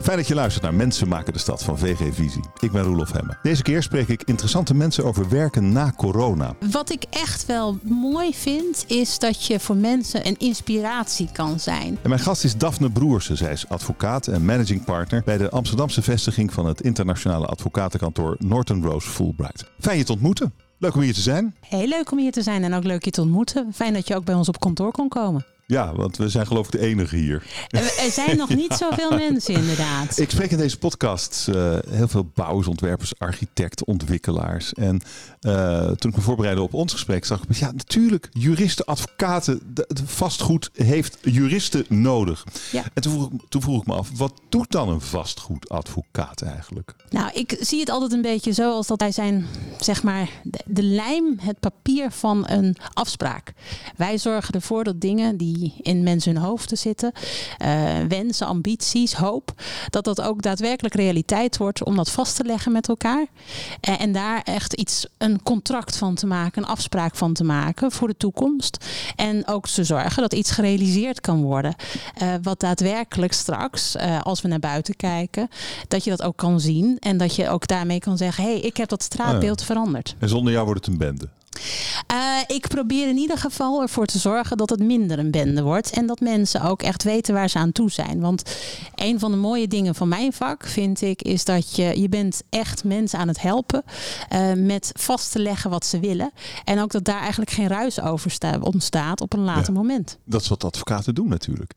Fijn dat je luistert naar Mensen maken de stad van VG Visie. Ik ben Roelof Hemme. Deze keer spreek ik interessante mensen over werken na corona. Wat ik echt wel mooi vind, is dat je voor mensen een inspiratie kan zijn. En mijn gast is Daphne Broersen. Zij is advocaat en managing partner bij de Amsterdamse vestiging van het internationale advocatenkantoor Norton Rose Fulbright. Fijn je te ontmoeten. Leuk om hier te zijn. Heel leuk om hier te zijn en ook leuk je te ontmoeten. Fijn dat je ook bij ons op kantoor kon komen. Ja, want we zijn geloof ik de enige hier. Er zijn nog niet zoveel mensen inderdaad. Ik spreek in deze podcast heel veel bouwers, ontwerpers, architecten, ontwikkelaars. En toen ik me voorbereidde op ons gesprek zag ik, ja natuurlijk, juristen, advocaten, de vastgoed heeft juristen nodig. Ja. En toen vroeg ik me af, wat doet dan een vastgoedadvocaat eigenlijk? Nou, ik zie het altijd een beetje zo als dat wij zijn, zeg maar, de lijm, het papier van een afspraak. Wij zorgen ervoor dat dingen die in mensen hun hoofden zitten, wensen, ambities, hoop, dat ook daadwerkelijk realiteit wordt om dat vast te leggen met elkaar. En daar echt een contract van te maken, een afspraak van te maken voor de toekomst. En ook te zorgen dat iets gerealiseerd kan worden. Wat daadwerkelijk straks, als we naar buiten kijken, dat je dat ook kan zien en dat je ook daarmee kan zeggen, hey, ik heb dat straatbeeld veranderd. En zonder jou wordt het een bende? Ik probeer in ieder geval ervoor te zorgen dat het minder een bende wordt. En dat mensen ook echt weten waar ze aan toe zijn. Want een van de mooie dingen van mijn vak, vind ik, is dat je bent echt mensen aan het helpen met vast te leggen wat ze willen. En ook dat daar eigenlijk geen ruis over ontstaat op een later moment. Dat is wat advocaten doen natuurlijk.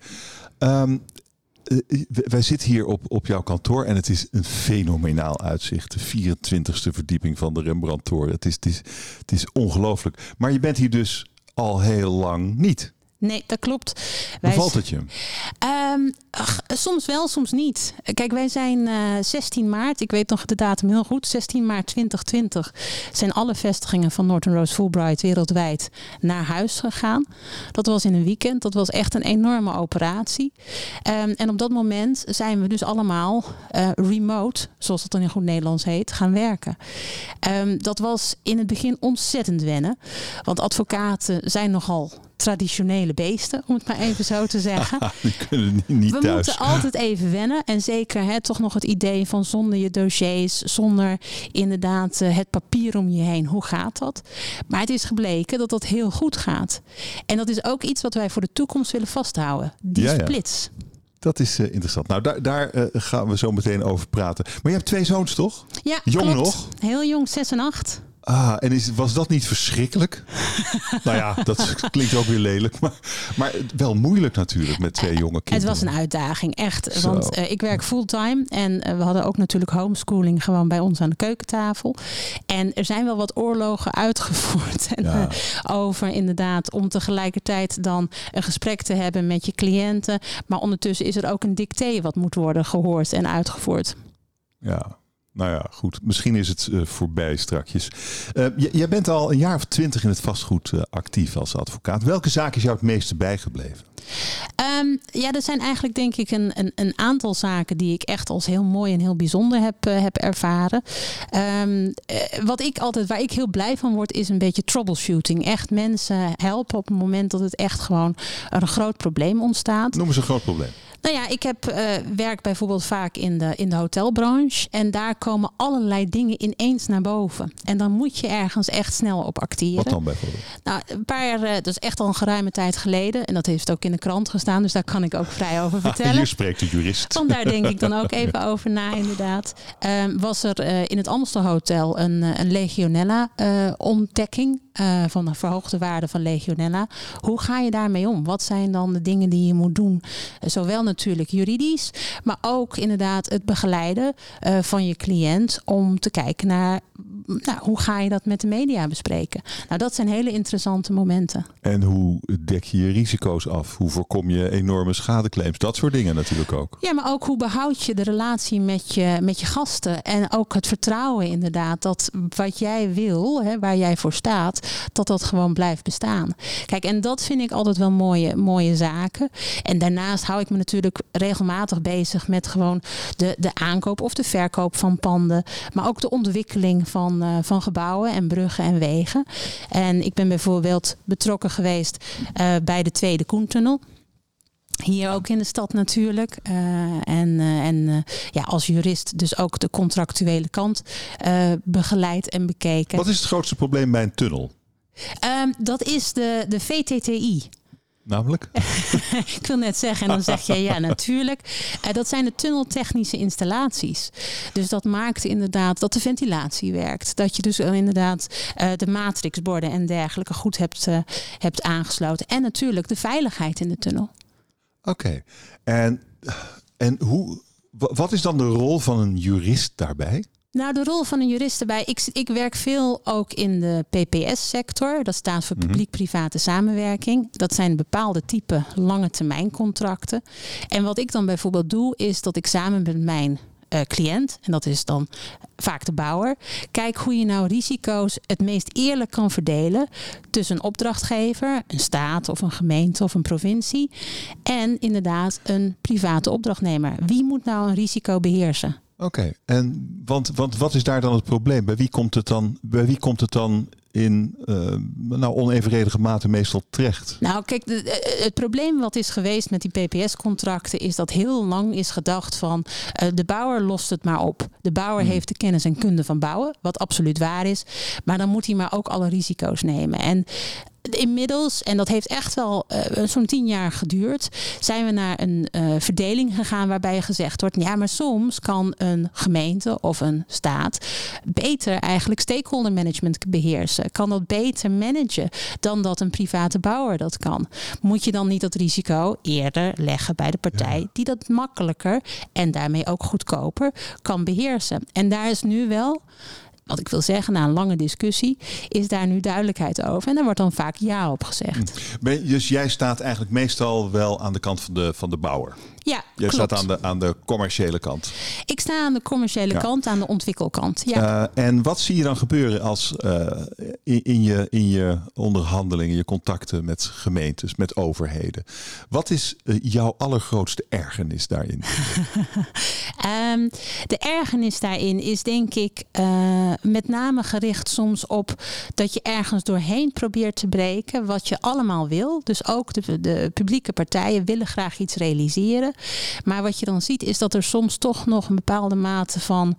Wij zitten hier op jouw kantoor en het is een fenomenaal uitzicht. De 24e verdieping van de Rembrandtoren. Het is ongelooflijk. Maar je bent hier dus al heel lang niet. Nee, dat klopt. Bevalt het je? Soms wel, soms niet. Kijk, wij zijn 16 maart, ik weet nog de datum heel goed, 16 maart 2020 zijn alle vestigingen van Norton Rose Fulbright wereldwijd naar huis gegaan. Dat was in een weekend, dat was echt een enorme operatie. En op dat moment zijn we dus allemaal remote, zoals dat dan in goed Nederlands heet, gaan werken. Dat was in het begin ontzettend wennen, want advocaten zijn nogal traditionele beesten, om het maar even zo te zeggen. Die kunnen niet thuis. We moeten altijd even wennen. En zeker toch nog het idee van zonder je dossiers, zonder inderdaad het papier om je heen. Hoe gaat dat? Maar het is gebleken dat dat heel goed gaat. En dat is ook iets wat wij voor de toekomst willen vasthouden. Die splits. Dat is interessant. Nou, daar gaan we zo meteen over praten. Maar je hebt 2 zoons, toch? Ja, jong klopt. Nog? Heel jong, 6 en 8. En was dat niet verschrikkelijk? Nou ja, dat klinkt ook weer lelijk. Maar wel moeilijk natuurlijk met 2 jonge kinderen. Het was een uitdaging, echt. Zo. Want ik werk fulltime. En we hadden ook natuurlijk homeschooling gewoon bij ons aan de keukentafel. En er zijn wel wat oorlogen uitgevoerd. Over inderdaad om tegelijkertijd dan een gesprek te hebben met je cliënten. Maar ondertussen is er ook een dicté wat moet worden gehoord en uitgevoerd. Ja. Nou ja, goed. Misschien is het voorbij strakjes. Jij bent al een jaar of 20 in het vastgoed actief als advocaat. Welke zaak is jou het meeste bijgebleven? Er zijn eigenlijk denk ik een aantal zaken die ik echt als heel mooi en heel bijzonder heb ervaren. Waar ik heel blij van word is een beetje troubleshooting. Echt mensen helpen op het moment dat het echt gewoon een groot probleem ontstaat. Noem eens een groot probleem. Nou ja, ik werk bijvoorbeeld vaak in de hotelbranche. En daar komen allerlei dingen ineens naar boven. En dan moet je ergens echt snel op acteren. Wat dan bijvoorbeeld? Nou, dat is echt al een geruime tijd geleden. En dat heeft ook in de krant gestaan. Dus daar kan ik ook vrij over vertellen. Hier spreekt de jurist. Vandaar denk ik dan ook even over na, inderdaad. Was er in het Amstel Hotel een Legionella-ontdekking. Van een verhoogde waarde van Legionella. Hoe ga je daarmee om? Wat zijn dan de dingen die je moet doen? Zowel natuurlijk juridisch, maar ook inderdaad het begeleiden van je cliënt om te kijken naar hoe ga je dat met de media bespreken? Nou, dat zijn hele interessante momenten. En hoe dek je je risico's af? Hoe voorkom je enorme schadeclaims? Dat soort dingen natuurlijk ook. Ja, maar ook hoe behoud je de relatie met je gasten? En ook het vertrouwen inderdaad dat wat jij wil, waar jij voor staat, dat gewoon blijft bestaan. Kijk, en dat vind ik altijd wel mooie zaken. En daarnaast hou ik me natuurlijk regelmatig bezig met gewoon de aankoop of de verkoop van panden. Maar ook de ontwikkeling van gebouwen en bruggen en wegen. En ik ben bijvoorbeeld betrokken geweest bij de Tweede Koentunnel. Hier ook in de stad natuurlijk. Als jurist dus ook de contractuele kant begeleid en bekeken. Wat is het grootste probleem bij een tunnel? Dat is de VTTI. Namelijk? Ik wil net zeggen, en dan zeg je ja, natuurlijk. Dat zijn de tunneltechnische installaties. Dus dat maakt inderdaad dat de ventilatie werkt. Dat je dus inderdaad de matrixborden en dergelijke goed hebt aangesloten. En natuurlijk de veiligheid in de tunnel. Oké. En wat is dan de rol van een jurist daarbij? Nou, de rol van een jurist erbij. Ik werk veel ook in de PPS-sector. Dat staat voor publiek-private samenwerking. Dat zijn bepaalde type lange termijn contracten. En wat ik dan bijvoorbeeld doe, is dat ik samen met mijn cliënt, en dat is dan vaak de bouwer, kijk hoe je nou risico's het meest eerlijk kan verdelen tussen een opdrachtgever, een staat of een gemeente of een provincie en inderdaad een private opdrachtnemer. Wie moet nou een risico beheersen? Oké, en want wat is daar dan het probleem? Bij wie komt het dan in onevenredige mate meestal terecht? Nou, kijk, het probleem wat is geweest met die PPS-contracten is dat heel lang is gedacht van de bouwer lost het maar op. De bouwer heeft de kennis en kunde van bouwen, wat absoluut waar is. Maar dan moet hij maar ook alle risico's nemen. En inmiddels, en dat heeft echt wel zo'n 10 jaar geduurd, zijn we naar een verdeling gegaan waarbij gezegd wordt, ja, maar soms kan een gemeente of een staat beter eigenlijk stakeholder management beheersen. Kan dat beter managen dan dat een private bouwer dat kan. Moet je dan niet dat risico eerder leggen bij de partij die dat makkelijker en daarmee ook goedkoper kan beheersen. En daar is nu wel, wat ik wil zeggen, na een lange discussie, is daar nu duidelijkheid over. En daar wordt dan vaak ja op gezegd. Dus jij staat eigenlijk meestal wel aan de kant van de bouwer? Ja, jij klopt. Staat aan de commerciële kant? Ik sta aan de commerciële kant, aan de ontwikkelkant. Ja. En wat zie je dan gebeuren als in je onderhandelingen, je contacten met gemeentes, met overheden? Wat is jouw allergrootste ergernis daarin? De ergernis daarin is denk ik met name gericht soms op dat je ergens doorheen probeert te breken wat je allemaal wil. Dus ook de publieke partijen willen graag iets realiseren. Maar wat je dan ziet is dat er soms toch nog een bepaalde mate van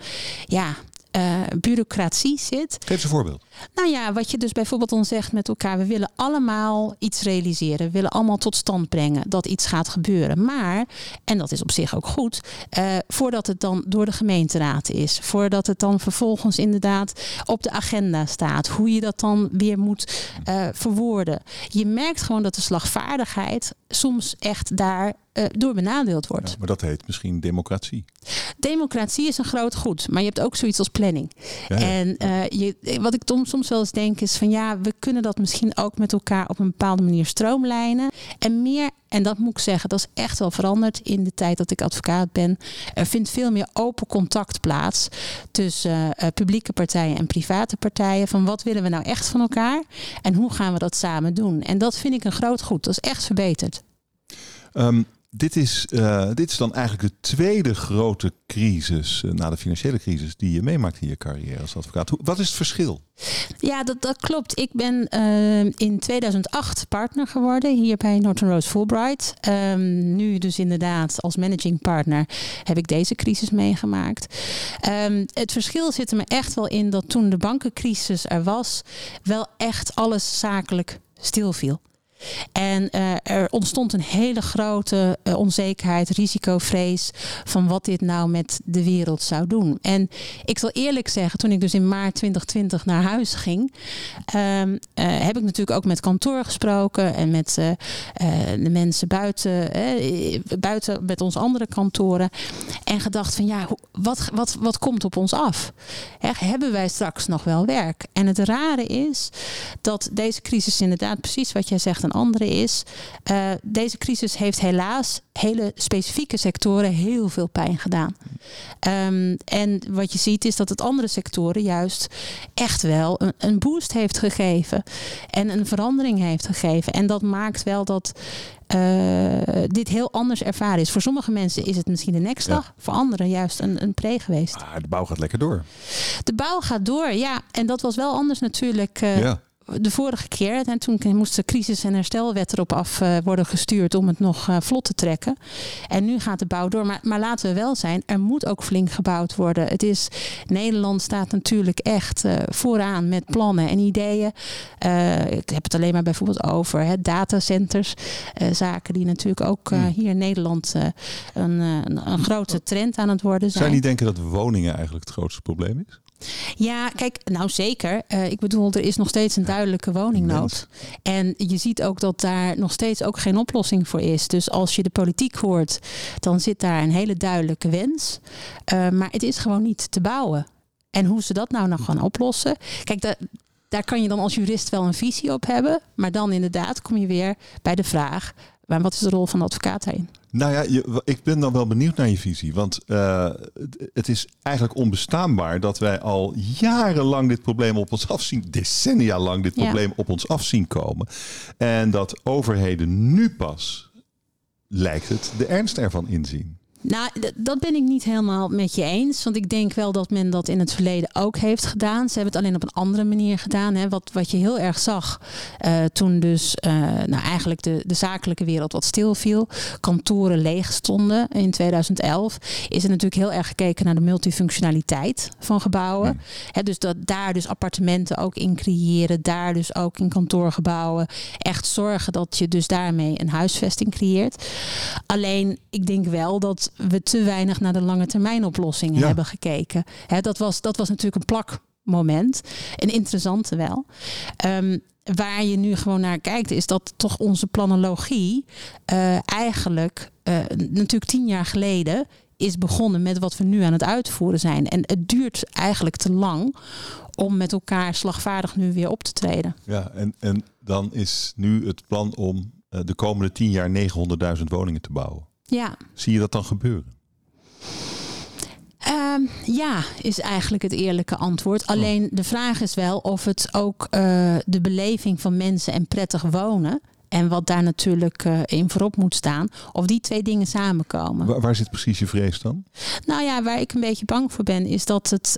bureaucratie zit. Geef eens een voorbeeld. Nou ja, wat je dus bijvoorbeeld dan zegt met elkaar, we willen allemaal iets realiseren. We willen allemaal tot stand brengen dat iets gaat gebeuren. Maar, en dat is op zich ook goed, voordat het dan door de gemeenteraad is, voordat het dan vervolgens inderdaad op de agenda staat, hoe je dat dan weer moet verwoorden. Je merkt gewoon dat de slagvaardigheid soms echt daar door benadeeld wordt. Ja, maar dat heet misschien democratie. Democratie is een groot goed, maar je hebt ook zoiets als planning. Ja. En wat ik soms wel eens denk is van we kunnen dat misschien ook met elkaar op een bepaalde manier stroomlijnen. En meer, en dat moet ik zeggen, dat is echt wel veranderd in de tijd dat ik advocaat ben. Er vindt veel meer open contact plaats tussen publieke partijen en private partijen. Van wat willen we nou echt van elkaar en hoe gaan we dat samen doen? En dat vind ik een groot goed. Dat is echt verbeterd. Dit is dan eigenlijk de tweede grote crisis na de financiële crisis die je meemaakt in je carrière als advocaat. Wat is het verschil? Ja, dat klopt. Ik ben in 2008 partner geworden hier bij Norton Rose Fulbright. Nu dus inderdaad als managing partner heb ik deze crisis meegemaakt. Het verschil zit er me echt wel in dat toen de bankencrisis er was, wel echt alles zakelijk stilviel. En er ontstond een hele grote onzekerheid, risicovrees van wat dit nou met de wereld zou doen. En ik zal eerlijk zeggen, toen ik dus in maart 2020 naar huis ging, heb ik natuurlijk ook met kantoor gesproken en met de mensen buiten met onze andere kantoren. En gedacht van wat komt op ons af? Hebben wij straks nog wel werk? En het rare is dat deze crisis inderdaad precies wat jij zegt een andere is. Deze crisis heeft helaas hele specifieke sectoren heel veel pijn gedaan. En wat je ziet is dat het andere sectoren juist echt wel een boost heeft gegeven. En een verandering heeft gegeven. En dat maakt wel dat dit heel anders ervaren is. Voor sommige mensen is het misschien de nekslag. Ja. Voor anderen juist een pre geweest. Maar de bouw gaat lekker door. De bouw gaat door, ja. En dat was wel anders natuurlijk de vorige keer, en toen moest de crisis- en herstelwet erop af worden gestuurd om het nog vlot te trekken. En nu gaat de bouw door. Maar laten we wel zijn, er moet ook flink gebouwd worden. Nederland staat natuurlijk echt vooraan met plannen en ideeën. Ik heb het alleen maar bijvoorbeeld over datacenters. Zaken die natuurlijk ook hier in Nederland een grote trend aan het worden zijn. Zou je niet denken dat woningen eigenlijk het grootste probleem is? Ja, kijk, nou zeker. Ik bedoel, er is nog steeds een duidelijke woningnood. En je ziet ook dat daar nog steeds ook geen oplossing voor is. Dus als je de politiek hoort, dan zit daar een hele duidelijke wens. Maar het is gewoon niet te bouwen. En hoe ze dat nou nog gaan oplossen? Kijk, daar kan je dan als jurist wel een visie op hebben. Maar dan inderdaad kom je weer bij de vraag, maar wat is de rol van de advocaat daarin? Nou ja, ik ben dan wel benieuwd naar je visie. Want het is eigenlijk onbestaanbaar dat wij al jarenlang dit probleem op ons afzien. Decennia lang dit probleem op ons afzien komen. En dat overheden nu pas, lijkt het, de ernst ervan inzien. Nou, dat ben ik niet helemaal met je eens. Want ik denk wel dat men dat in het verleden ook heeft gedaan. Ze hebben het alleen op een andere manier gedaan. Hè. Wat je heel erg zag toen dus eigenlijk de zakelijke wereld wat stilviel. Kantoren leeg stonden in 2011. Is er natuurlijk heel erg gekeken naar de multifunctionaliteit van gebouwen. Hè, dus daar dus appartementen ook in creëren. Daar dus ook in kantoorgebouwen. Echt zorgen dat je dus daarmee een huisvesting creëert. Alleen, ik denk wel dat we te weinig naar de lange termijn oplossingen hebben gekeken. Dat was natuurlijk een plakmoment. Een interessante wel. Waar je nu gewoon naar kijkt, is dat toch onze planologie eigenlijk natuurlijk 10 jaar geleden is begonnen met wat we nu aan het uitvoeren zijn. En het duurt eigenlijk te lang om met elkaar slagvaardig nu weer op te treden. Ja, en dan is nu het plan om de komende 10 jaar 900.000 woningen te bouwen. Ja. Zie je dat dan gebeuren? Ja, is eigenlijk het eerlijke antwoord. Alleen de vraag is wel of het ook de beleving van mensen en prettig wonen, en wat daar natuurlijk in voorop moet staan, of die 2 dingen samenkomen. Waar zit precies je vrees dan? Nou ja, waar ik een beetje bang voor ben, is dat het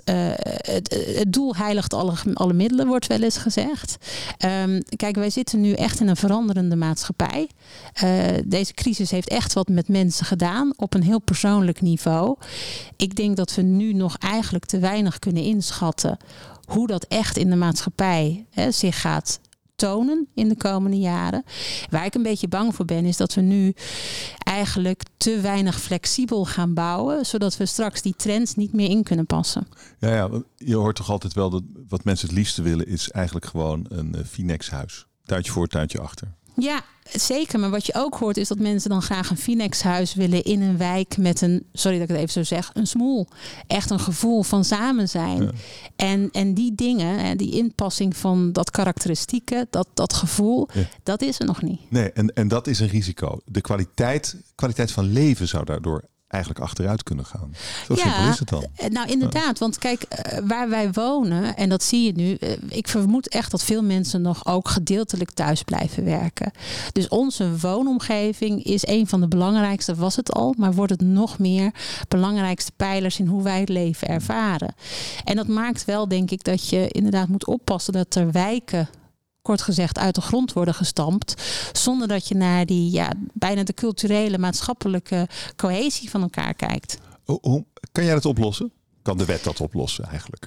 doel heiligt alle middelen, wordt wel eens gezegd. Kijk, wij zitten nu echt in een veranderende maatschappij. Deze crisis heeft echt wat met mensen gedaan, op een heel persoonlijk niveau. Ik denk dat we nu nog eigenlijk te weinig kunnen inschatten hoe dat echt in de maatschappij zich gaat tonen in de komende jaren. Waar ik een beetje bang voor ben, is dat we nu eigenlijk te weinig flexibel gaan bouwen, zodat we straks die trends niet meer in kunnen passen. Ja, je hoort toch altijd wel dat wat mensen het liefste willen is eigenlijk gewoon een Finex-huis. Tuintje voor, tuintje achter. Ja, zeker. Maar wat je ook hoort is dat mensen dan graag een Finex-huis willen in een wijk met een, sorry dat ik het even zo zeg, een smoel. Echt een gevoel van samen zijn. Ja. En die dingen, die inpassing van dat karakteristieke, dat gevoel, dat is er nog niet. Nee, en dat is een risico. De kwaliteit van leven zou daardoor eigenlijk achteruit kunnen gaan. Zo simpel is het dan. Nou inderdaad, want kijk, waar wij wonen, en dat zie je nu, ik vermoed echt dat veel mensen nog ook gedeeltelijk thuis blijven werken. Dus onze woonomgeving is een van de belangrijkste, was het al, maar wordt het nog meer belangrijkste pijlers in hoe wij het leven ervaren. En dat maakt wel, denk ik, dat je inderdaad moet oppassen dat er wijken, kort gezegd, uit de grond worden gestampt, zonder dat je naar die bijna de culturele, maatschappelijke cohesie van elkaar kijkt. Hoe kan jij dat oplossen? Kan de wet dat oplossen eigenlijk?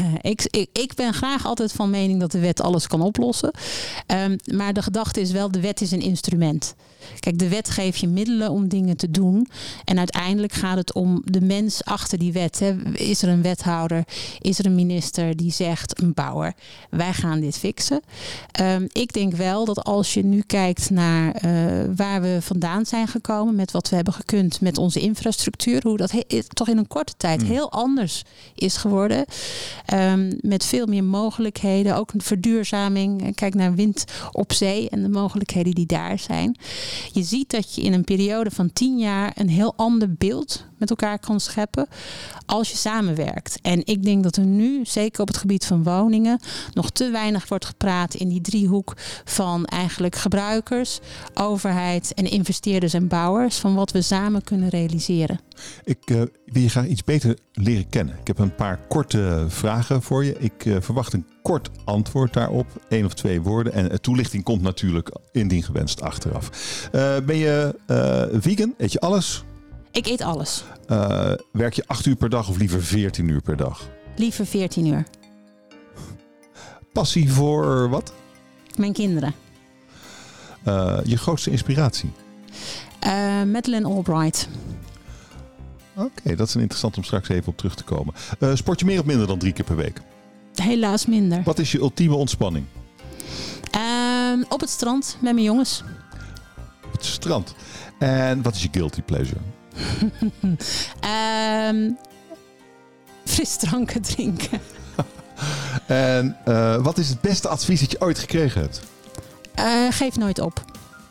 Ik ben graag altijd van mening dat de wet alles kan oplossen. Maar de gedachte is wel, de wet is een instrument. Kijk, de wet geeft je middelen om dingen te doen. En uiteindelijk gaat het om de mens achter die wet. Hè. Is er een wethouder? Is er een minister die zegt, een bouwer, wij gaan dit fixen? Ik denk wel dat als je nu kijkt naar waar we vandaan zijn gekomen, met wat we hebben gekund met onze infrastructuur, hoe dat toch in een korte tijd heel anders is geworden. Met veel meer mogelijkheden. Ook een verduurzaming. Kijk naar wind op zee en de mogelijkheden die daar zijn. Je ziet dat je in een periode van 10 jaar een heel ander beeld met elkaar kan scheppen als je samenwerkt. En ik denk dat er nu, zeker op het gebied van woningen, nog te weinig wordt gepraat in die driehoek van eigenlijk gebruikers, overheid en investeerders en bouwers, van wat we samen kunnen realiseren. Ik wil je graag iets beter leren kennen. Ik heb een paar korte vragen voor je. Ik verwacht een kort antwoord daarop. 1 of 2 woorden. En toelichting komt natuurlijk indien gewenst achteraf. Ben je vegan? Eet je alles? Ik eet alles. Werk je 8 uur per dag of liever 14 uur per dag? Liever 14 uur. Passie voor wat? Mijn kinderen. Je grootste inspiratie? Madeleine Albright. Oké, dat is een interessant om straks even op terug te komen. Sport je meer of minder dan 3 keer per week? Helaas minder. Wat is je ultieme ontspanning? Op het strand met mijn jongens. Op het strand. En wat is je guilty pleasure? Frisdranken drinken. En wat is het beste advies dat je ooit gekregen hebt? Geef nooit op.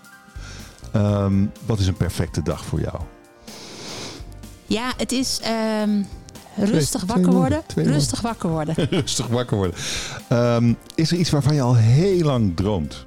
Wat is een perfecte dag voor jou? Ja, het is rustig wakker worden. Rustig wakker worden. Rustig wakker worden. Is er iets waarvan je al heel lang droomt?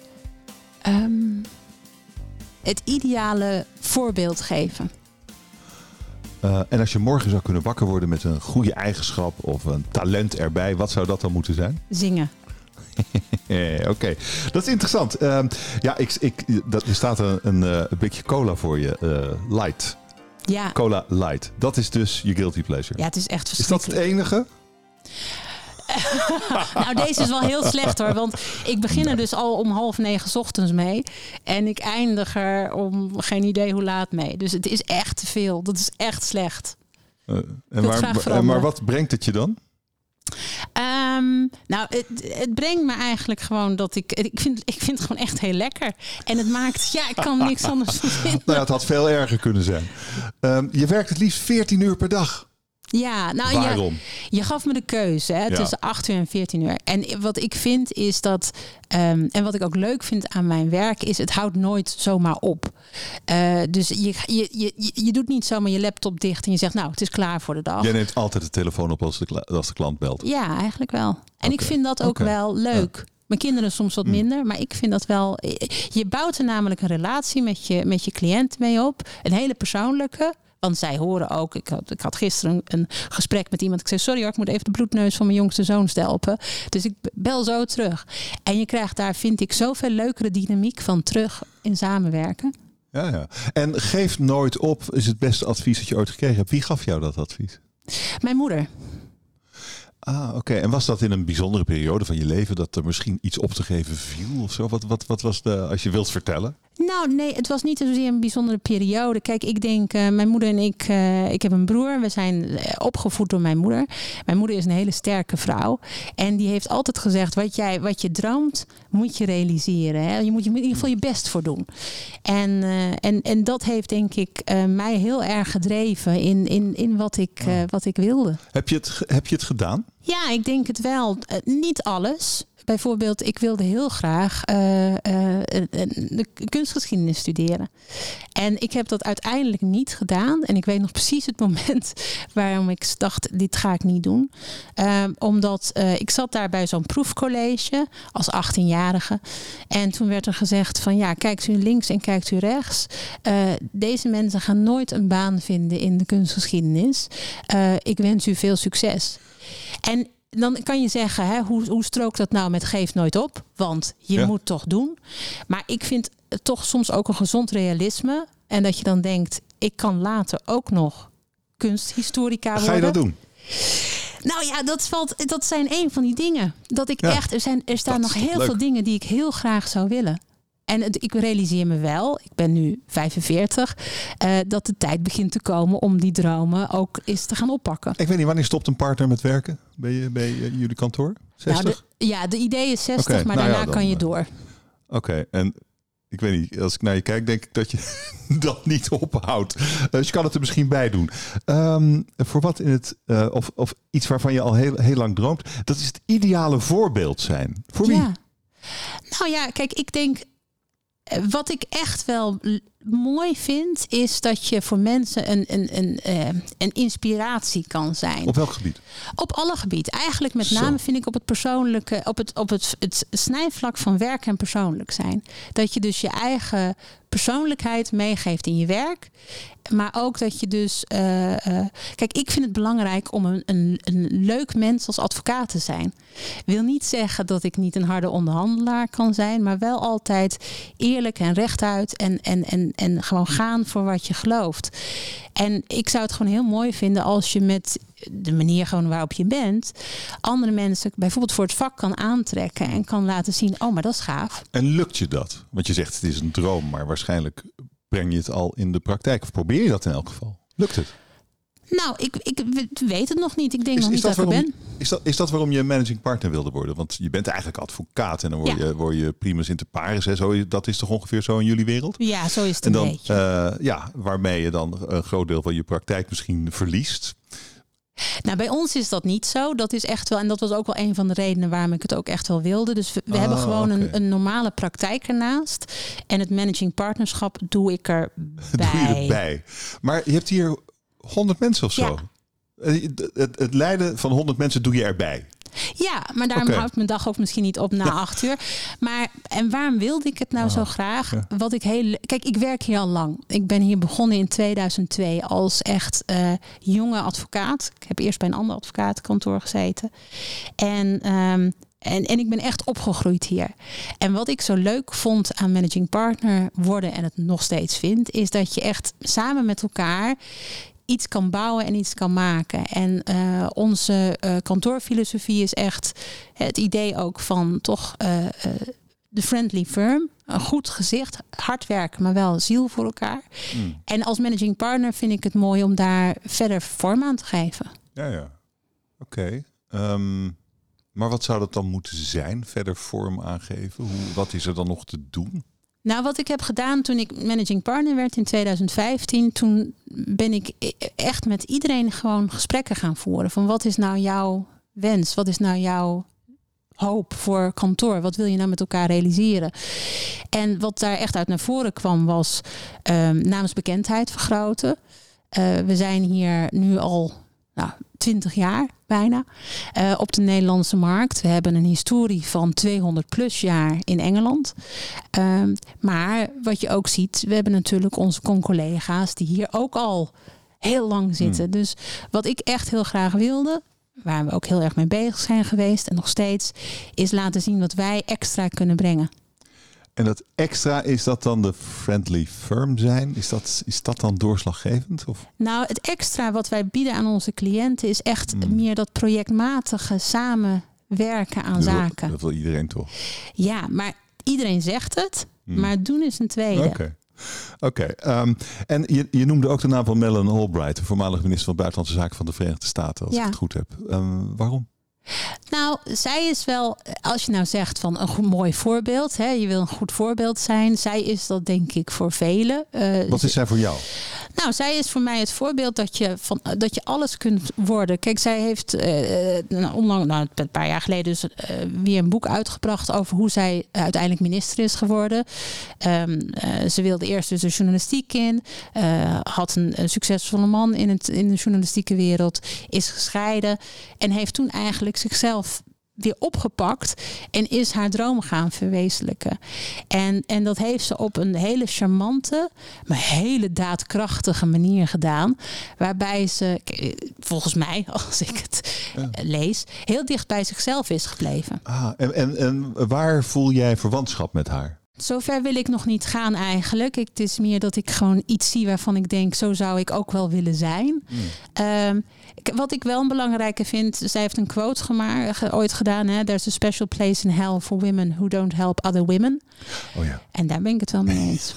Het ideale voorbeeld geven. En als je morgen zou kunnen wakker worden met een goede eigenschap of een talent erbij, wat zou dat dan moeten zijn? Zingen. Oké, dat is interessant. Er staat een blikje cola voor je. Light. Ja. Cola Light. Dat is dus je guilty pleasure. Ja, het is echt Is verschrikkelijk. dat het enige? Nou, deze is wel heel slecht hoor. Want ik begin er dus al om 8:30 ochtends mee. En ik eindig er om geen idee hoe laat mee. Dus het is echt te veel. Dat is echt slecht. Maar wat brengt het je dan? Nou, het brengt me eigenlijk gewoon dat ik vind het gewoon echt heel lekker. En het maakt, ik kan niks anders van vinden. Nou ja, het had veel erger kunnen zijn. Je werkt het liefst 14 uur per dag. Ja, nou waarom? Je gaf me de keuze tussen 8 uur en 14 uur. En wat ik vind is dat, en wat ik ook leuk vind aan mijn werk, is het houdt nooit zomaar op. Dus je doet niet zomaar je laptop dicht en je zegt, nou, het is klaar voor de dag. Jij neemt altijd de telefoon op als de klant belt. Ja, eigenlijk wel. En ik vind dat ook wel leuk. Ja. Mijn kinderen soms wat minder, maar ik vind dat wel. Je bouwt er namelijk een relatie met je cliënt mee op. Een hele persoonlijke. Want zij horen ook, ik had gisteren een gesprek met iemand. Ik zei, sorry hoor, ik moet even de bloedneus van mijn jongste zoon stelpen. Dus ik bel zo terug. En je krijgt daar, vind ik, zoveel leukere dynamiek van terug in samenwerken. Ja. En geef nooit op is het beste advies dat je ooit gekregen hebt. Wie gaf jou dat advies? Mijn moeder. Oké. En was dat in een bijzondere periode van je leven dat er misschien iets op te geven viel of zo? Wat was als je wilt vertellen? Nou, nee, het was niet zozeer een bijzondere periode. Kijk, ik denk, mijn moeder en ik heb een broer. We zijn opgevoed door mijn moeder. Mijn moeder is een hele sterke vrouw. En die heeft altijd gezegd, wat je droomt, moet je realiseren. Hè? Je moet in ieder geval je best voor doen. En dat heeft, denk ik, mij heel erg gedreven in wat ik wilde. Heb je het gedaan? Ja, ik denk het wel. Niet alles. Bijvoorbeeld, ik wilde heel graag de kunstgeschiedenis studeren. En ik heb dat uiteindelijk niet gedaan. En ik weet nog precies het moment waarom ik dacht, dit ga ik niet doen. Omdat ik zat daar bij zo'n proefcollege als 18-jarige. En toen werd er gezegd van, ja, kijkt u links en kijkt u rechts. Deze mensen gaan nooit een baan vinden in de kunstgeschiedenis. Ik wens u veel succes. En dan kan je zeggen, hè, hoe strookt dat nou met geef nooit op? Want je moet toch doen. Maar ik vind het toch soms ook een gezond realisme. En dat je dan denkt, ik kan later ook nog kunsthistorica worden. Ga je dat doen? Nou ja, dat zijn een van die dingen. Dat ik er staan nog heel veel dingen die ik heel graag zou willen. En ik realiseer me wel, ik ben nu 45, dat de tijd begint te komen om die dromen ook eens te gaan oppakken. Ik weet niet, wanneer stopt een partner met werken bij jullie kantoor? 60? Nou, de idee is 60, maar daarna kan je door. Oké, en ik weet niet, als ik naar je kijk, denk ik dat je dat niet ophoudt. Dus je kan het er misschien bij doen. Voor wat in het, of iets waarvan je al heel lang droomt, dat is het ideale voorbeeld zijn. Voor wie? Ja. Nou ja, kijk, ik denk, wat mooi vind, is dat je voor mensen een inspiratie kan zijn. Op welk gebied? Op alle gebieden. Eigenlijk met name vind ik op het persoonlijke, op het snijvlak van werk en persoonlijk zijn. Dat je dus je eigen persoonlijkheid meegeeft in je werk. Maar ook dat je dus... kijk, ik vind het belangrijk om een leuk mens als advocaat te zijn. Wil niet zeggen dat ik niet een harde onderhandelaar kan zijn, maar wel altijd eerlijk en rechtuit en gewoon gaan voor wat je gelooft. En ik zou het gewoon heel mooi vinden als je met de manier gewoon waarop je bent, andere mensen bijvoorbeeld voor het vak kan aantrekken en kan laten zien, oh, maar dat is gaaf. En lukt je dat? Want je zegt het is een droom, maar waarschijnlijk breng je het al in de praktijk. Of probeer je dat in elk geval? Lukt het? Nou, ik weet het nog niet. Ik denk nog niet dat ik er ben. Is dat waarom je managing partner wilde worden? Want je bent eigenlijk advocaat en dan word je primus inter pares. Hè? Dat is toch ongeveer zo in jullie wereld? Ja, zo is het en dan, een beetje. Waarmee je dan een groot deel van je praktijk misschien verliest. Nou, bij ons is dat niet zo. Dat is echt wel, en dat was ook wel een van de redenen waarom ik het ook echt wel wilde. Dus we hebben gewoon een normale praktijk ernaast. En het managing partnerschap doe ik erbij. Doe je erbij. Maar je hebt hier 100 mensen of zo. Ja. Het leiden van 100 mensen doe je erbij. Ja, maar daarom houdt mijn dag ook misschien niet op na 8 uur. Maar en waarom wilde ik het nou zo graag? Ja. Kijk, ik werk hier al lang. Ik ben hier begonnen in 2002 als echt jonge advocaat. Ik heb eerst bij een ander advocatenkantoor gezeten. En ik ben echt opgegroeid hier. En wat ik zo leuk vond aan managing partner worden en het nog steeds vind, is dat je echt samen met elkaar iets kan bouwen en iets kan maken. En onze kantoorfilosofie is echt het idee ook van toch de friendly firm. Een goed gezicht, hard werken, maar wel ziel voor elkaar. Mm. En als managing partner vind ik het mooi om daar verder vorm aan te geven. Ja. Oké. Maar wat zou dat dan moeten zijn? Verder vorm aangeven? Wat is er dan nog te doen? Nou, wat ik heb gedaan toen ik managing partner werd in 2015... toen ben ik echt met iedereen gewoon gesprekken gaan voeren. Van wat is nou jouw wens? Wat is nou jouw hoop voor kantoor? Wat wil je nou met elkaar realiseren? En wat daar echt uit naar voren kwam was naamsbekendheid vergroten. We zijn hier nu al 20 jaar bijna op de Nederlandse markt. We hebben een historie van 200 plus jaar in Engeland. Maar wat je ook ziet, we hebben natuurlijk onze collega's die hier ook al heel lang zitten. Dus wat ik echt heel graag wilde, waar we ook heel erg mee bezig zijn geweest en nog steeds, is laten zien wat wij extra kunnen brengen. En dat extra, is dat dan de friendly firm zijn? Is dat dan doorslaggevend? Of? Nou, het extra wat wij bieden aan onze cliënten is echt meer dat projectmatige samenwerken aan zaken. Dat wil iedereen toch? Ja, maar iedereen zegt het, maar doen is een tweede. Oké. En je noemde ook de naam van Madeleine Albright, de voormalige minister van Buitenlandse Zaken van de Verenigde Staten, als ik het goed heb. Waarom? Nou, zij is wel, als je nou zegt van een mooi voorbeeld, hè, je wil een goed voorbeeld zijn. Zij is dat denk ik voor velen. Wat is zij voor jou? Nou, zij is voor mij het voorbeeld dat je alles kunt worden. Kijk, zij heeft een paar jaar geleden dus weer een boek uitgebracht over hoe zij uiteindelijk minister is geworden. Ze wilde eerst dus de journalistiek in. Had een succesvolle man in de journalistieke wereld. Is gescheiden. En heeft toen eigenlijk zichzelf weer opgepakt en is haar droom gaan verwezenlijken. En dat heeft ze op een hele charmante, maar hele daadkrachtige manier gedaan. Waarbij ze, volgens mij, als ik het lees, heel dicht bij zichzelf is gebleven. En waar voel jij verwantschap met haar? Zover wil ik nog niet gaan eigenlijk. Het is meer dat ik gewoon iets zie waarvan ik denk, zo zou ik ook wel willen zijn. Wat ik wel een belangrijke vind, zij heeft een quote ooit gedaan. Hè? There's a special place in hell for women who don't help other women. Oh ja. En daar ben ik het wel mee eens.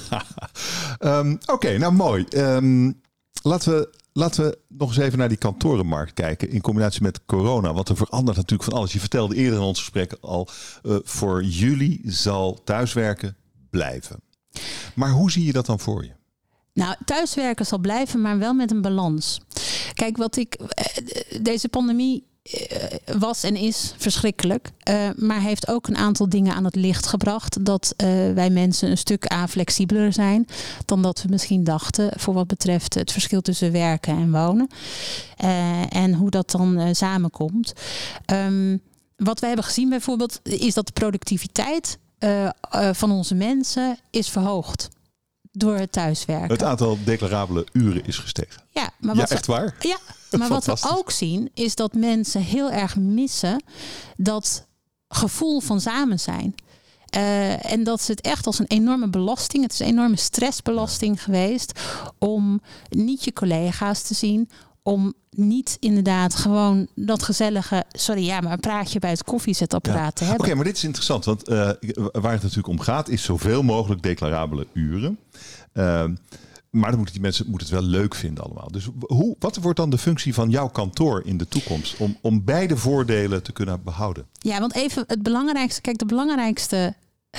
Oké, nou mooi. Laten we nog eens even naar die kantorenmarkt kijken in combinatie met corona. Want er verandert natuurlijk van alles. Je vertelde eerder in ons gesprek al, voor jullie zal thuiswerken blijven. Maar hoe zie je dat dan voor je? Nou, thuiswerken zal blijven, maar wel met een balans. Kijk, deze pandemie was en is verschrikkelijk. Maar heeft ook een aantal dingen aan het licht gebracht. Dat wij mensen een stuk flexibeler zijn dan dat we misschien dachten. Voor wat betreft het verschil tussen werken en wonen. En hoe dat dan samenkomt. Wat we hebben gezien bijvoorbeeld is dat de productiviteit van onze mensen is verhoogd. Door het thuiswerken. Het aantal declarabele uren is gestegen. Ja, maar wat echt waar? Ja, maar wat we ook zien is dat mensen heel erg missen dat gevoel van samen zijn. En dat ze het echt als een enorme belasting, het is een enorme stressbelasting geweest om niet je collega's te zien, om niet inderdaad gewoon dat gezellige, maar een praatje bij het koffiezetapparaat te hebben. Oké, maar dit is interessant, want waar het natuurlijk om gaat is zoveel mogelijk declarabele uren. Maar dan moeten die mensen het wel leuk vinden allemaal. Dus wat wordt dan de functie van jouw kantoor in de toekomst om beide voordelen te kunnen behouden? Ja, want even het belangrijkste. Kijk, de belangrijkste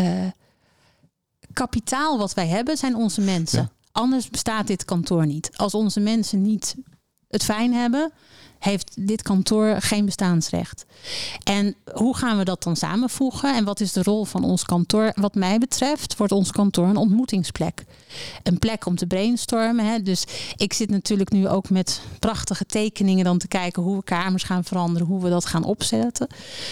kapitaal wat wij hebben zijn onze mensen. Ja. Anders bestaat dit kantoor niet. Als onze mensen niet het fijn hebben, heeft dit kantoor geen bestaansrecht. En hoe gaan we dat dan samenvoegen? En wat is de rol van ons kantoor? Wat mij betreft wordt ons kantoor een ontmoetingsplek. Een plek om te brainstormen. Hè? Dus ik zit natuurlijk nu ook met prachtige tekeningen dan te kijken hoe we kamers gaan veranderen, hoe we dat gaan opzetten.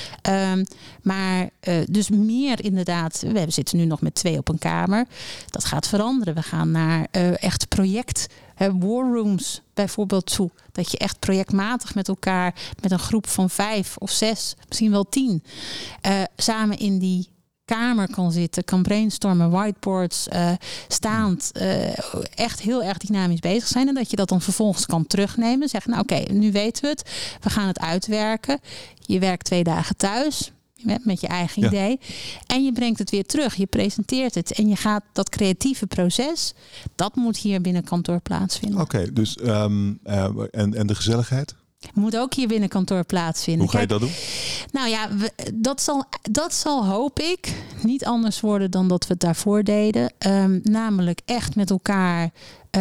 Dus meer inderdaad, we zitten nu nog met 2 op een kamer. Dat gaat veranderen. We gaan naar echt project war rooms bijvoorbeeld toe. Dat je echt projectmatig met elkaar, met een groep van 5 of 6, misschien wel 10, samen in die kamer kan zitten, kan brainstormen, whiteboards, staand, echt heel erg dynamisch bezig zijn. En dat je dat dan vervolgens kan terugnemen. Zeggen, nou oké, nu weten we het. We gaan het uitwerken. Je werkt 2 dagen thuis. Met je eigen idee. En je brengt het weer terug. Je presenteert het. En je gaat dat creatieve proces, dat moet hier binnen kantoor plaatsvinden. Oké, dus en de gezelligheid? Moet ook hier binnen kantoor plaatsvinden. Hoe ga je dat doen? Nou ja, dat zal hoop ik niet anders worden dan dat we het daarvoor deden. Namelijk echt met elkaar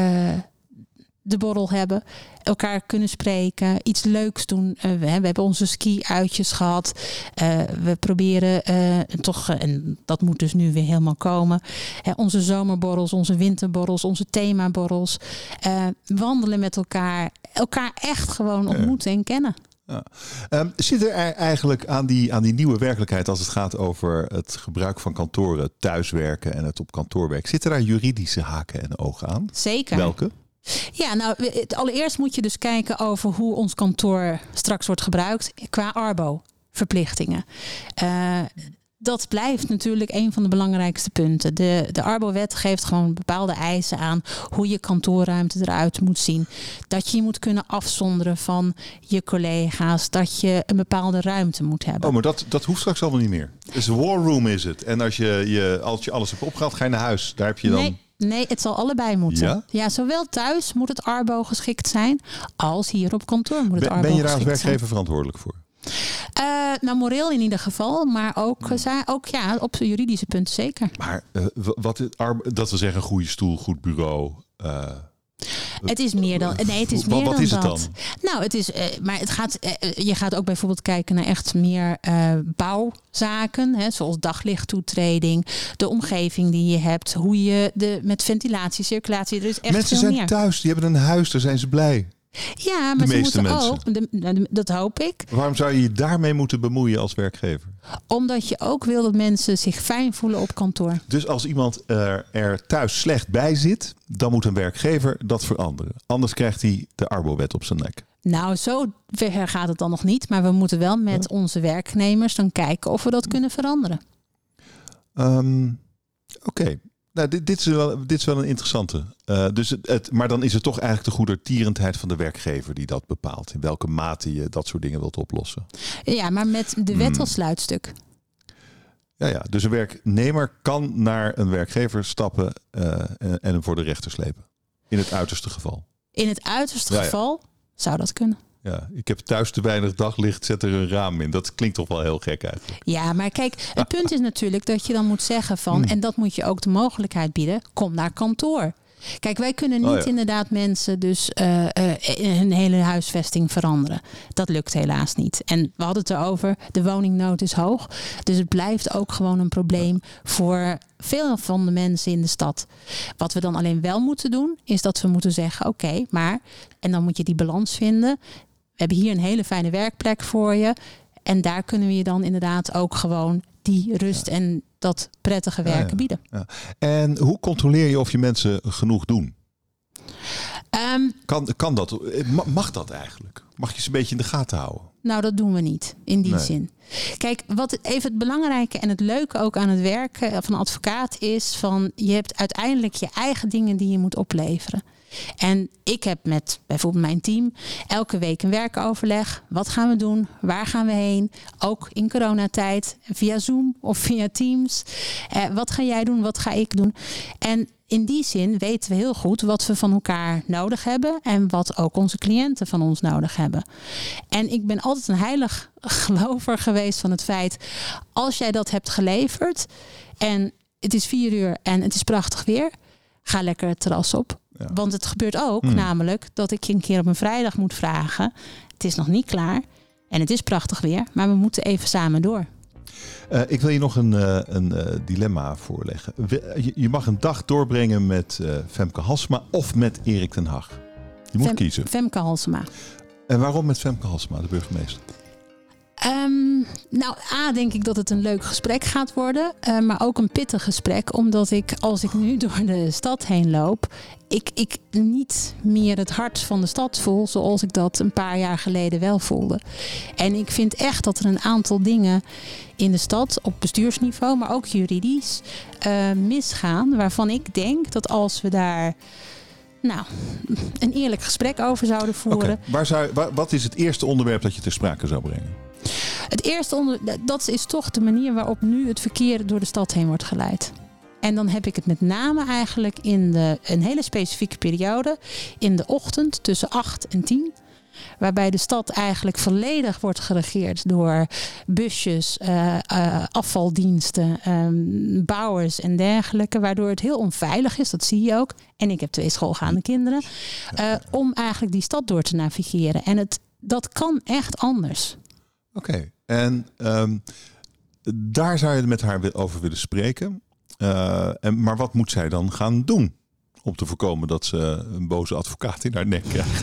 de borrel hebben, elkaar kunnen spreken, iets leuks doen. We hebben onze ski-uitjes gehad. We proberen toch, en dat moet dus nu weer helemaal komen, onze zomerborrels, onze winterborrels, onze themaborrels. Wandelen met elkaar echt gewoon ontmoeten en kennen. Ja. Zit er eigenlijk aan die nieuwe werkelijkheid als het gaat over het gebruik van kantoren, thuiswerken en het op kantoor werken, zitten daar juridische haken en ogen aan? Zeker. Welke? Ja, nou, allereerst moet je dus kijken over hoe ons kantoor straks wordt gebruikt qua Arbo-verplichtingen. Dat blijft natuurlijk een van de belangrijkste punten. De Arbo-wet geeft gewoon bepaalde eisen aan hoe je kantoorruimte eruit moet zien. Dat je je moet kunnen afzonderen van je collega's. Dat je een bepaalde ruimte moet hebben. Oh, maar dat hoeft straks allemaal niet meer. Dus een war room is het. En als je alles hebt opgehaald, ga je naar huis. Daar heb je dan... Nee, het zal allebei moeten. Ja, zowel thuis moet het Arbo geschikt zijn, als hier op kantoor moet het Arbo geschikt zijn. Ben je daar als werkgever verantwoordelijk voor? Nou, moreel in ieder geval, maar ook op juridische punten zeker. Maar dat wil zeggen een goede stoel, goed bureau... Het is meer dan. Nee, het is meer wat dan is dat. Het dan? Nou, het is. Maar het gaat. Je gaat ook bijvoorbeeld kijken naar echt meer bouwzaken, zoals daglichttoetreding, de omgeving die je hebt, hoe je met ventilatie, circulatie. Er is echt mensen veel zijn thuis, die hebben een huis, daar zijn ze blij. Ja, maar de ze meeste moeten mensen. ook. Dat hoop ik. Waarom zou je je daarmee moeten bemoeien als werkgever? Omdat je ook wil dat mensen zich fijn voelen op kantoor. Dus als iemand er thuis slecht bij zit, dan moet een werkgever dat veranderen. Anders krijgt hij de Arbo-wet op zijn nek. Nou, zo ver gaat het dan nog niet. Maar we moeten wel met onze werknemers dan kijken of we dat kunnen veranderen. Oké. Nou, dit is wel een interessante. Maar dan is het toch eigenlijk de goedertierendheid van de werkgever die dat bepaalt. In welke mate je dat soort dingen wilt oplossen. Ja, maar met de wet als sluitstuk. Ja, dus een werknemer kan naar een werkgever stappen en hem voor de rechter slepen. In het uiterste geval. In het uiterste geval zou dat kunnen. Ja, ik heb thuis te weinig daglicht, zet er een raam in. Dat klinkt toch wel heel gek eigenlijk. Ja, maar kijk, het punt is natuurlijk dat je dan moet zeggen van... en dat moet je ook de mogelijkheid bieden, kom naar kantoor. Kijk, wij kunnen niet inderdaad mensen dus hun hele huisvesting veranderen. Dat lukt helaas niet. En we hadden het erover, de woningnood is hoog. Dus het blijft ook gewoon een probleem voor veel van de mensen in de stad. Wat we dan alleen wel moeten doen, is dat we moeten zeggen, oké, maar, en dan moet je die balans vinden. We hebben hier een hele fijne werkplek voor je. En daar kunnen we je dan inderdaad ook gewoon die rust en dat prettige werken bieden. Ja. En hoe controleer je of je mensen genoeg doen? Kan dat? Mag dat eigenlijk? Mag je ze een beetje in de gaten houden? Nou, dat doen we niet in die zin. Kijk, wat even het belangrijke en het leuke ook aan het werken van een advocaat is van je hebt uiteindelijk je eigen dingen die je moet opleveren. En ik heb met bijvoorbeeld mijn team elke week een werkoverleg. Wat gaan we doen? Waar gaan we heen? Ook in coronatijd, via Zoom of via Teams. Wat ga jij doen? Wat ga ik doen? En in die zin weten we heel goed wat we van elkaar nodig hebben. En wat ook onze cliënten van ons nodig hebben. En ik ben altijd een heilig gelover geweest van het feit. Als jij dat hebt geleverd. En het is 4 uur en het is prachtig weer. Ga lekker het terras op. Ja. Want het gebeurt ook namelijk dat ik je een keer op een vrijdag moet vragen. Het is nog niet klaar. En het is prachtig weer. Maar we moeten even samen door. Ik wil je nog een dilemma voorleggen. Je mag een dag doorbrengen met Femke Halsema of met Erik ten Hag. Je moet kiezen. Femke Halsema. En waarom met Femke Halsema, de burgemeester? Nou, denk ik dat het een leuk gesprek gaat worden. Maar ook een pittig gesprek. Omdat als ik nu door de stad heen loop, ik niet meer het hart van de stad voel zoals ik dat een paar jaar geleden wel voelde. En ik vind echt dat er een aantal dingen in de stad op bestuursniveau, maar ook juridisch, misgaan. Waarvan ik denk dat als we daar een eerlijk gesprek over zouden voeren. Wat is het eerste onderwerp dat je ter sprake zou brengen? Het eerste dat is toch de manier waarop nu het verkeer door de stad heen wordt geleid. En dan heb ik het met name eigenlijk in een hele specifieke periode. In de ochtend tussen 8 en 10. Waarbij de stad eigenlijk volledig wordt geregeerd door busjes, afvaldiensten, bouwers en dergelijke. Waardoor het heel onveilig is, dat zie je ook. En ik heb 2 schoolgaande kinderen. Om eigenlijk die stad door te navigeren. En dat kan echt anders. Oké. En daar zou je het met haar over willen spreken. Maar wat moet zij dan gaan doen? Om te voorkomen dat ze een boze advocaat in haar nek krijgt.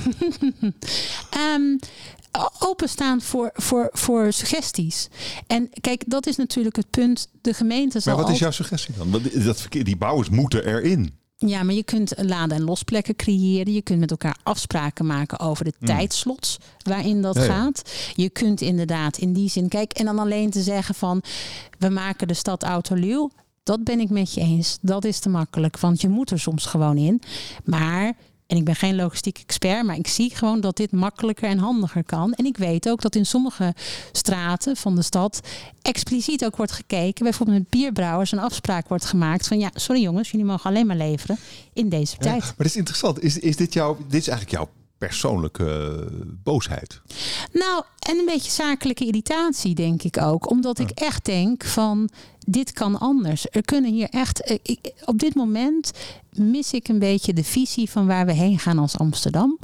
Openstaan voor suggesties. En kijk, dat is natuurlijk het punt. De gemeente zal. Maar wat is jouw suggestie dan? Want die bouwers moeten erin. Ja, maar je kunt laden- en losplekken creëren. Je kunt met elkaar afspraken maken over de tijdslots waarin dat gaat. Je kunt inderdaad in die zin... Kijk, en dan alleen te zeggen van... we maken de stad autoluw. Dat ben ik met je eens. Dat is te makkelijk, want je moet er soms gewoon in. Maar... En ik ben geen logistiek expert, maar ik zie gewoon dat dit makkelijker en handiger kan. En ik weet ook dat in sommige straten van de stad expliciet ook wordt gekeken. Bijvoorbeeld met bierbrouwers een afspraak wordt gemaakt van... ja, sorry jongens, jullie mogen alleen maar leveren in deze tijd. Maar dat is interessant. Is dit is eigenlijk jouw persoonlijke boosheid? Nou, en een beetje zakelijke irritatie denk ik ook. Omdat ik echt denk van... dit kan anders. Er kunnen hier echt... op dit moment mis ik een beetje de visie van waar we heen gaan als Amsterdam.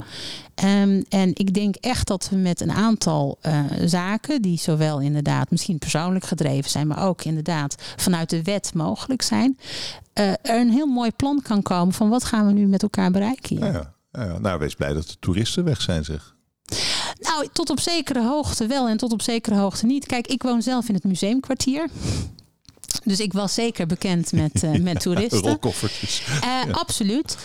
En ik denk echt dat we met een aantal zaken... die zowel inderdaad misschien persoonlijk gedreven zijn... maar ook inderdaad vanuit de wet mogelijk zijn... er een heel mooi plan kan komen van wat gaan we nu met elkaar bereiken hier. Ja. Nou, wees blij dat de toeristen weg zijn, zeg. Nou, tot op zekere hoogte wel en tot op zekere hoogte niet. Kijk, ik woon zelf in het museumkwartier. Dus ik was zeker bekend met toeristen. Rolkoffertjes. Absoluut.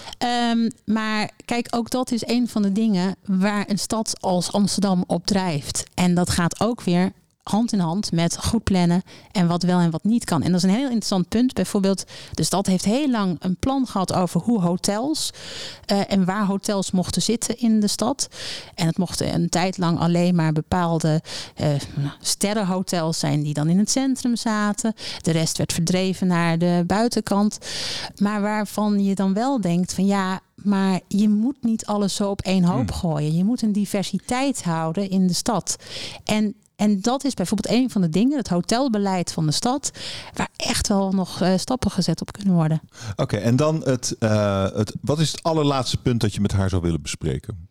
Maar kijk, ook dat is een van de dingen waar een stad als Amsterdam op drijft. En dat gaat ook weer hand in hand met goed plannen en wat wel en wat niet kan. En dat is een heel interessant punt. Bijvoorbeeld, de stad heeft heel lang een plan gehad over hoe hotels en waar hotels mochten zitten in de stad. En het mochten een tijd lang alleen maar bepaalde sterrenhotels zijn die dan in het centrum zaten. De rest werd verdreven naar de buitenkant. Maar waarvan je dan wel denkt van ja, maar je moet niet alles zo op één hoop gooien. Je moet een diversiteit houden in de stad. En En dat is bijvoorbeeld een van de dingen, het hotelbeleid van de stad, waar echt wel nog stappen gezet op kunnen worden. Oké, en dan wat is het allerlaatste punt dat je met haar zou willen bespreken?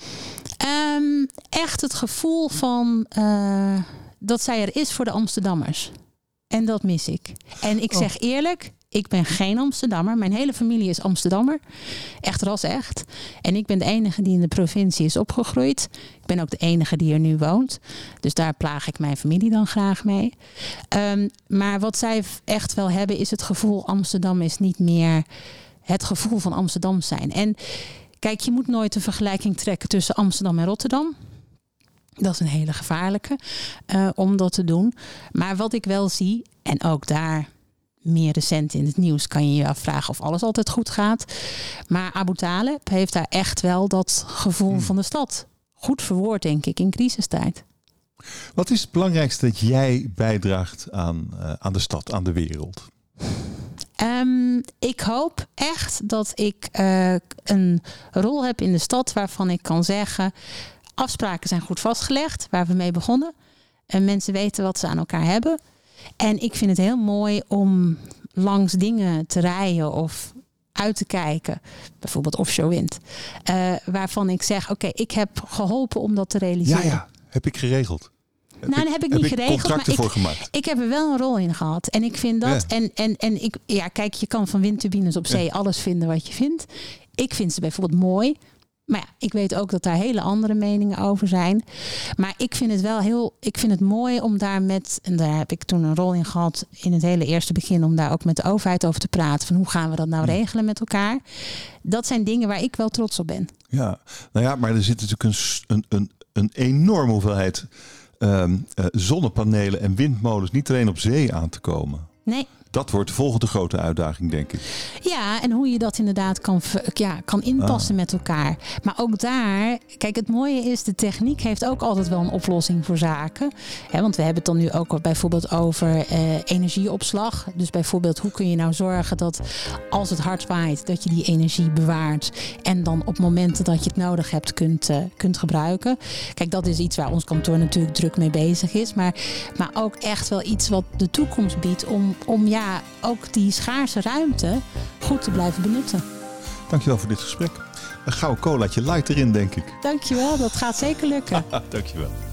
Echt het gevoel van dat zij er is voor de Amsterdammers. En dat mis ik. En ik zeg eerlijk, ik ben geen Amsterdammer. Mijn hele familie is Amsterdammer. Echt ras echt. En ik ben de enige die in de provincie is opgegroeid. Ik ben ook de enige die er nu woont. Dus daar plaag ik mijn familie dan graag mee. Maar wat zij echt wel hebben is het gevoel Amsterdam is niet meer het gevoel van Amsterdam zijn. En kijk, je moet nooit een vergelijking trekken tussen Amsterdam en Rotterdam. Dat is een hele gevaarlijke om dat te doen. Maar wat ik wel zie, en ook daar meer recent in het nieuws kan je je afvragen of alles altijd goed gaat. Maar Abu Taleb heeft daar echt wel dat gevoel van de stad goed verwoord, denk ik, in crisistijd. Wat is het belangrijkste dat jij bijdraagt aan de stad, aan de wereld? Ik hoop echt dat ik een rol heb in de stad waarvan ik kan zeggen, afspraken zijn goed vastgelegd, waar we mee begonnen. En mensen weten wat ze aan elkaar hebben. En ik vind het heel mooi om langs dingen te rijden of uit te kijken. Bijvoorbeeld offshore wind. Waarvan ik zeg, oké, ik heb geholpen om dat te realiseren. Ja, heb ik geregeld. Dat heb ik niet geregeld, contracten voor gemaakt. Ik heb er wel een rol in gehad. En ik vind dat. Ja. Kijk, je kan van windturbines op zee alles vinden wat je vindt. Ik vind ze bijvoorbeeld mooi. Maar ja, ik weet ook dat daar hele andere meningen over zijn. Maar ik vind het wel ik vind het mooi om daar en daar heb ik toen een rol in gehad in het hele eerste begin, om daar ook met de overheid over te praten. Van hoe gaan we dat nou regelen met elkaar? Dat zijn dingen waar ik wel trots op ben. Ja, nou ja, maar er zit natuurlijk een enorme hoeveelheid zonnepanelen en windmolens niet alleen op zee aan te komen. Nee. Dat wordt de volgende grote uitdaging, denk ik. Ja, en hoe je dat inderdaad kan inpassen met elkaar. Maar ook daar, kijk, het mooie is, de techniek heeft ook altijd wel een oplossing voor zaken. Want we hebben het dan nu ook bijvoorbeeld over energieopslag. Dus bijvoorbeeld, hoe kun je nou zorgen dat als het hard waait, dat je die energie bewaart. En dan op momenten dat je het nodig hebt kunt gebruiken. Kijk, dat is iets waar ons kantoor natuurlijk druk mee bezig is. Maar ook echt wel iets wat de toekomst biedt om ook die schaarse ruimte goed te blijven benutten. Dankjewel voor dit gesprek. Een gouden colaatje light erin, denk ik. Dankjewel, dat gaat zeker lukken. Dankjewel.